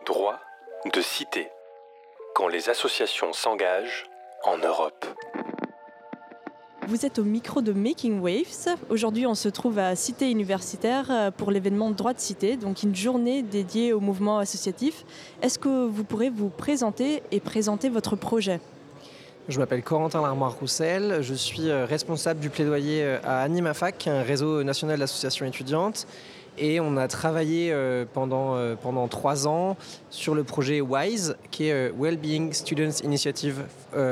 Droit de cité. Quand les associations s'engagent en Europe. Vous êtes au micro de Making Waves. Aujourd'hui, on se trouve à Cité Universitaire pour l'événement Droit de cité, donc une journée dédiée au mouvement associatif. Est-ce que vous pourrez vous présenter et présenter votre projet ? Je m'appelle Corentin Larmoire-Roussel, je suis responsable du plaidoyer à Animafac, un réseau national d'associations étudiantes. Et on a travaillé pendant 3 ans sur le projet WISE, qui est Wellbeing Students Initiative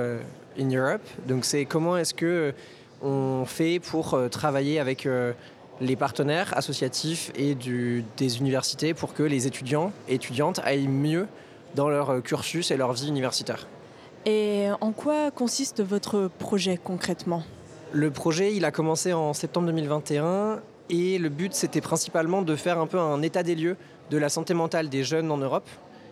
in Europe. Donc c'est comment est-ce qu'on fait pour travailler avec les partenaires associatifs et des universités pour que les étudiants et étudiantes aillent mieux dans leur cursus et leur vie universitaire. Et en quoi consiste votre projet concrètement ? Le projet, il a commencé en septembre 2021 et le but, c'était principalement de faire un peu un état des lieux de la santé mentale des jeunes en Europe.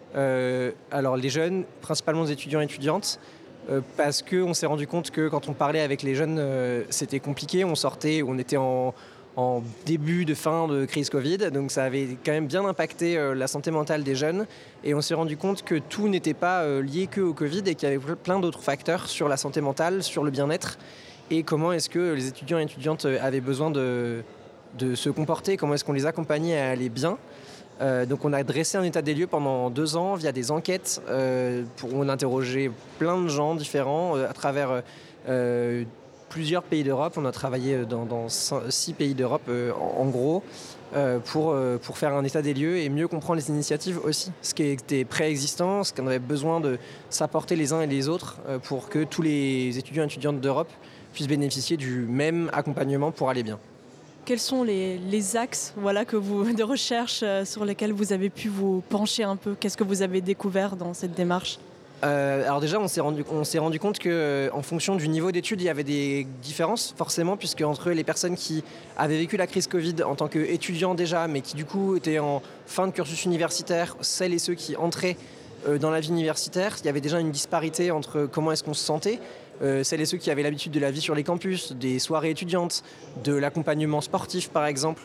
Alors les jeunes, principalement les étudiants et étudiantes, parce qu'on s'est rendu compte que quand on parlait avec les jeunes, c'était compliqué. On était en début de fin de crise Covid, donc ça avait quand même bien impacté la santé mentale des jeunes. Et on s'est rendu compte que tout n'était pas lié que au Covid et qu'il y avait plein d'autres facteurs sur la santé mentale, sur le bien-être. Et comment est-ce que les étudiants et étudiantes avaient besoin de se comporter, comment est-ce qu'on les accompagnait à aller bien. Donc on a dressé un état des lieux pendant 2 ans via des enquêtes où on interrogeait plein de gens différents à travers plusieurs pays d'Europe. On a travaillé dans 6 pays d'Europe en gros pour faire un état des lieux et mieux comprendre les initiatives aussi, ce qui était préexistant, ce qu'on avait besoin de s'apporter les uns et les autres pour que tous les étudiants et étudiantes d'Europe puissent bénéficier du même accompagnement pour aller bien. Quels sont les axes de recherche sur lesquels vous avez pu vous pencher un peu ? Qu'est-ce que vous avez découvert dans cette démarche ? Alors déjà, on s'est rendu compte qu'en fonction du niveau d'études, il y avait des différences forcément, puisque entre les personnes qui avaient vécu la crise Covid en tant qu'étudiants déjà, mais qui du coup étaient en fin de cursus universitaire, celles et ceux qui entraient dans la vie universitaire, il y avait déjà une disparité entre comment est-ce qu'on se sentait. Celles et ceux qui avaient l'habitude de la vie sur les campus, des soirées étudiantes, de l'accompagnement sportif par exemple,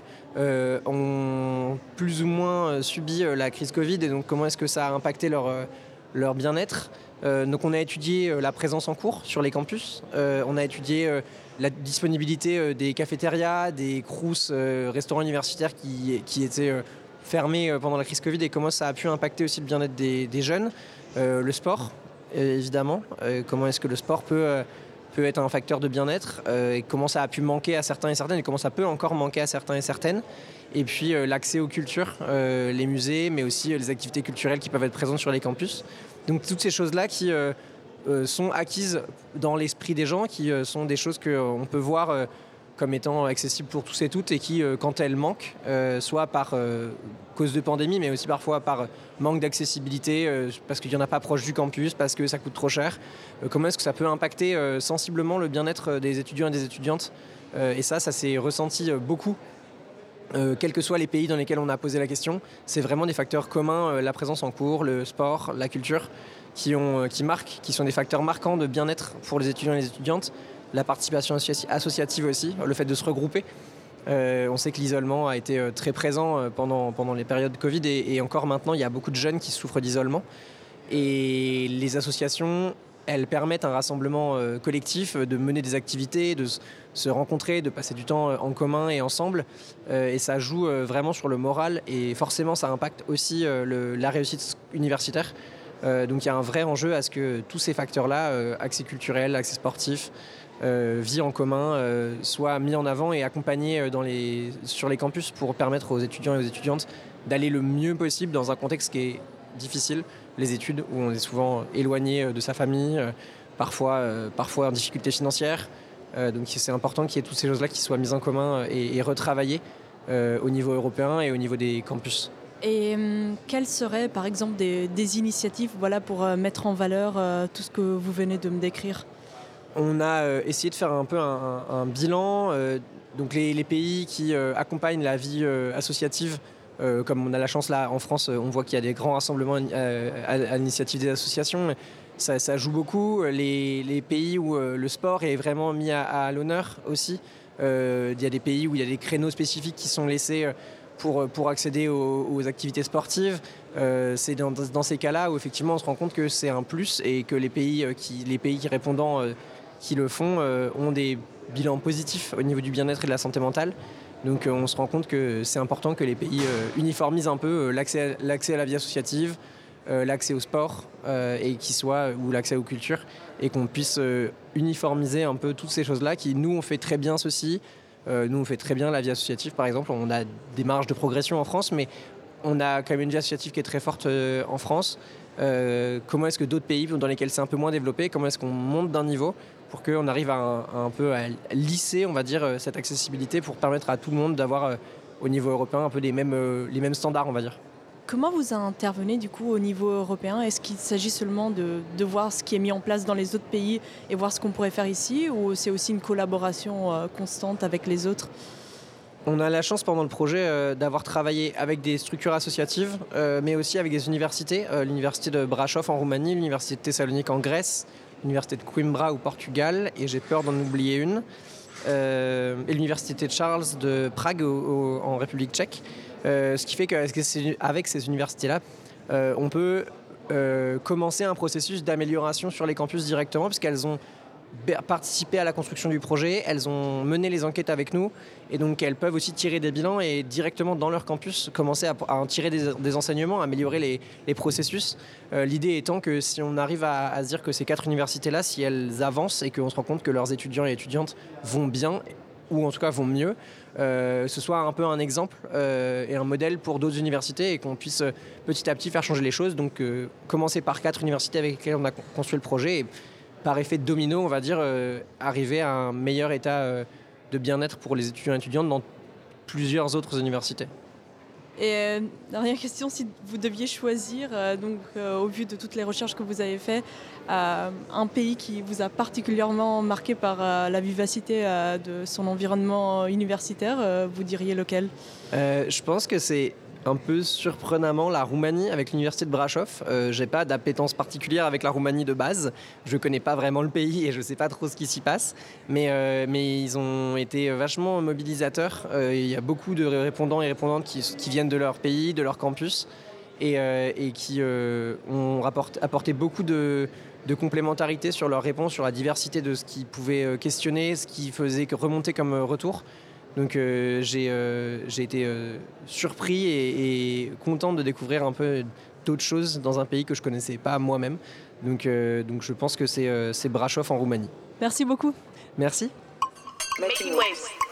ont plus ou moins subi la crise Covid et donc comment est-ce que ça a impacté leur bien-être. Donc on a étudié la présence en cours sur les campus, on a étudié la disponibilité des cafétérias, des crous, restaurants universitaires qui étaient fermés pendant la crise Covid et comment ça a pu impacter aussi le bien-être des jeunes, le sport. Évidemment, comment est-ce que le sport peut être un facteur de bien-être et comment ça a pu manquer à certains et certaines et comment ça peut encore manquer à certains et certaines. Et puis l'accès aux cultures, les musées, mais aussi les activités culturelles qui peuvent être présentes sur les campus. Donc toutes ces choses-là qui sont acquises dans l'esprit des gens, qui sont des choses qu'on peut voir comme étant accessibles pour tous et toutes et qui, quand elles manquent, soit par cause de pandémie, mais aussi parfois par manque d'accessibilité, parce qu'il n'y en a pas proche du campus, parce que ça coûte trop cher. Comment est-ce que ça peut impacter sensiblement le bien-être des étudiants et des étudiantes ? Et ça s'est ressenti beaucoup. Quels que soient les pays dans lesquels on a posé la question, c'est vraiment des facteurs communs, la présence en cours, le sport, la culture, qui sont des facteurs marquants de bien-être pour les étudiants et les étudiantes. La participation associative aussi, le fait de se regrouper. On sait que l'isolement a été très présent pendant les périodes Covid et encore maintenant, il y a beaucoup de jeunes qui souffrent d'isolement. Et les associations, elles permettent un rassemblement collectif, de mener des activités, de se rencontrer, de passer du temps en commun et ensemble. Et ça joue vraiment sur le moral et forcément, ça impacte aussi la réussite universitaire. Donc il y a un vrai enjeu à ce que tous ces facteurs-là, accès culturel, accès sportif, vie en commun, soient mis en avant et accompagnés sur les campus pour permettre aux étudiants et aux étudiantes d'aller le mieux possible dans un contexte qui est difficile, les études, où on est souvent éloigné de sa famille, parfois en difficulté financière. Donc c'est important qu'il y ait toutes ces choses-là qui soient mises en commun et retravaillées au niveau européen et au niveau des campus. Et quelles seraient par exemple des initiatives pour mettre en valeur tout ce que vous venez de me décrire ? On a essayé de faire un peu un bilan. Donc les pays qui accompagnent la vie associative, comme on a la chance là en France, on voit qu'il y a des grands rassemblements à l'initiative des associations. Ça joue beaucoup. Les pays où le sport est vraiment mis à l'honneur aussi. Il y a des pays où il y a des créneaux spécifiques qui sont laissés pour accéder aux activités sportives. C'est dans ces cas-là où effectivement on se rend compte que c'est un plus et que les pays qui répondant qui le font ont des bilans positifs au niveau du bien-être et de la santé mentale. Donc on se rend compte que c'est important que les pays uniformisent un peu l'accès à la vie associative, l'accès au sport ou l'accès aux cultures, et qu'on puisse uniformiser un peu toutes ces choses-là qui, nous, on fait très bien ceci. Nous, on fait très bien la vie associative, par exemple. On a des marges de progression en France, mais on a quand même une vie associative qui est très forte en France. Comment est-ce que d'autres pays dans lesquels c'est un peu moins développé, comment est-ce qu'on monte d'un niveau pour qu'on arrive à un peu à lisser, on va dire, cette accessibilité pour permettre à tout le monde d'avoir, au niveau européen, un peu les mêmes standards, on va dire. Comment vous intervenez du coup au niveau européen? Est-ce qu'il s'agit seulement de voir ce qui est mis en place dans les autres pays et voir ce qu'on pourrait faire ici, ou c'est aussi une collaboration constante avec les autres? On a la chance pendant le projet d'avoir travaillé avec des structures associatives, mais aussi avec des universités. L'université de Brașov en Roumanie, l'université de Thessalonique en Grèce, l'université de Coimbra au Portugal, et j'ai peur d'en oublier une, et l'université de Charles de Prague en République tchèque. Ce qui fait qu'avec ces universités-là, on peut commencer un processus d'amélioration sur les campus directement, puisqu'elles ont participé à la construction du projet, elles ont mené les enquêtes avec nous, et donc elles peuvent aussi tirer des bilans et directement dans leur campus commencer à en tirer des enseignements, améliorer les processus. L'idée étant que si on arrive à se dire que ces 4 universités-là, si elles avancent et qu'on se rend compte que leurs étudiants et étudiantes vont bien, ou en tout cas vont mieux, ce soit un peu un exemple et un modèle pour d'autres universités, et qu'on puisse petit à petit faire changer les choses. Donc commencer par 4 universités avec lesquelles on a construit le projet, et par effet de domino, on va dire, arriver à un meilleur état de bien-être pour les étudiants et étudiantes dans plusieurs autres universités. Et dernière question, si vous deviez choisir, au vu de toutes les recherches que vous avez faites, un pays qui vous a particulièrement marqué par la vivacité de son environnement universitaire, vous diriez lequel? Je pense que c'est un peu surprenamment la Roumanie avec l'université de Brașov. J'ai pas d'appétence particulière avec la Roumanie de base. Je connais pas vraiment le pays et je sais pas trop ce qui s'y passe. Mais ils ont été vachement mobilisateurs. Il y a beaucoup de répondants et répondantes qui viennent de leur pays, de leur campus, et qui ont apporté beaucoup de complémentarité sur leurs réponses, sur la diversité de ce qu'ils pouvaient questionner, ce qu'ils faisaient remonter comme retour. Donc j'ai été surpris et content de découvrir un peu d'autres choses dans un pays que je ne connaissais pas moi-même. Donc je pense que c'est Brașov en Roumanie. Merci beaucoup. Merci. Making Waves.